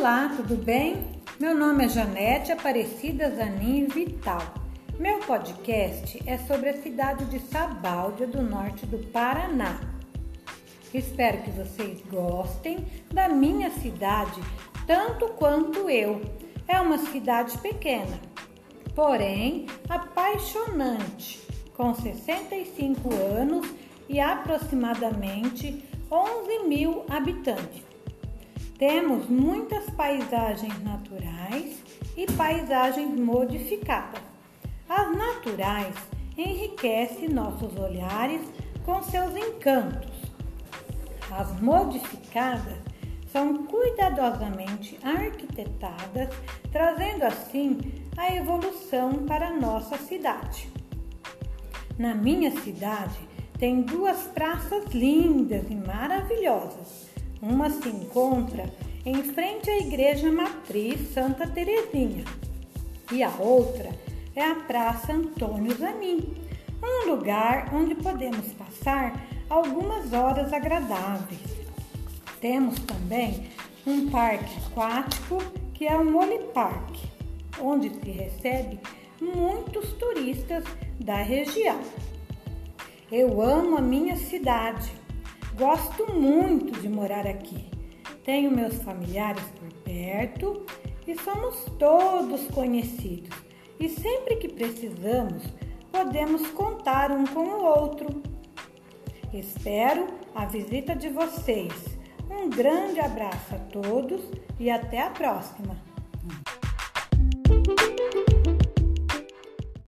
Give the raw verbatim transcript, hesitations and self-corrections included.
Olá, tudo bem? Meu nome é Janete Aparecida Zanin Vital. Meu podcast é sobre a cidade de Sabáudia, do norte do Paraná. Espero que vocês gostem da minha cidade tanto quanto eu. É uma cidade pequena, porém apaixonante, com sessenta e cinco anos e aproximadamente onze mil habitantes. Temos muitas paisagens naturais e paisagens modificadas. As naturais enriquecem nossos olhares com seus encantos. As modificadas são cuidadosamente arquitetadas, trazendo assim a evolução para a nossa cidade. Na minha cidade tem duas praças lindas e maravilhosas. Uma se encontra em frente à Igreja Matriz Santa Terezinha e a outra é a Praça Antônio Zanin, um lugar onde podemos passar algumas horas agradáveis. Temos também um parque aquático que é o Molipark, onde se recebe muitos turistas da região. Eu amo a minha cidade. Gosto muito de morar aqui. Tenho meus familiares por perto e somos todos conhecidos. E sempre que precisamos, podemos contar um com o outro. Espero a visita de vocês. Um grande abraço a todos e até a próxima!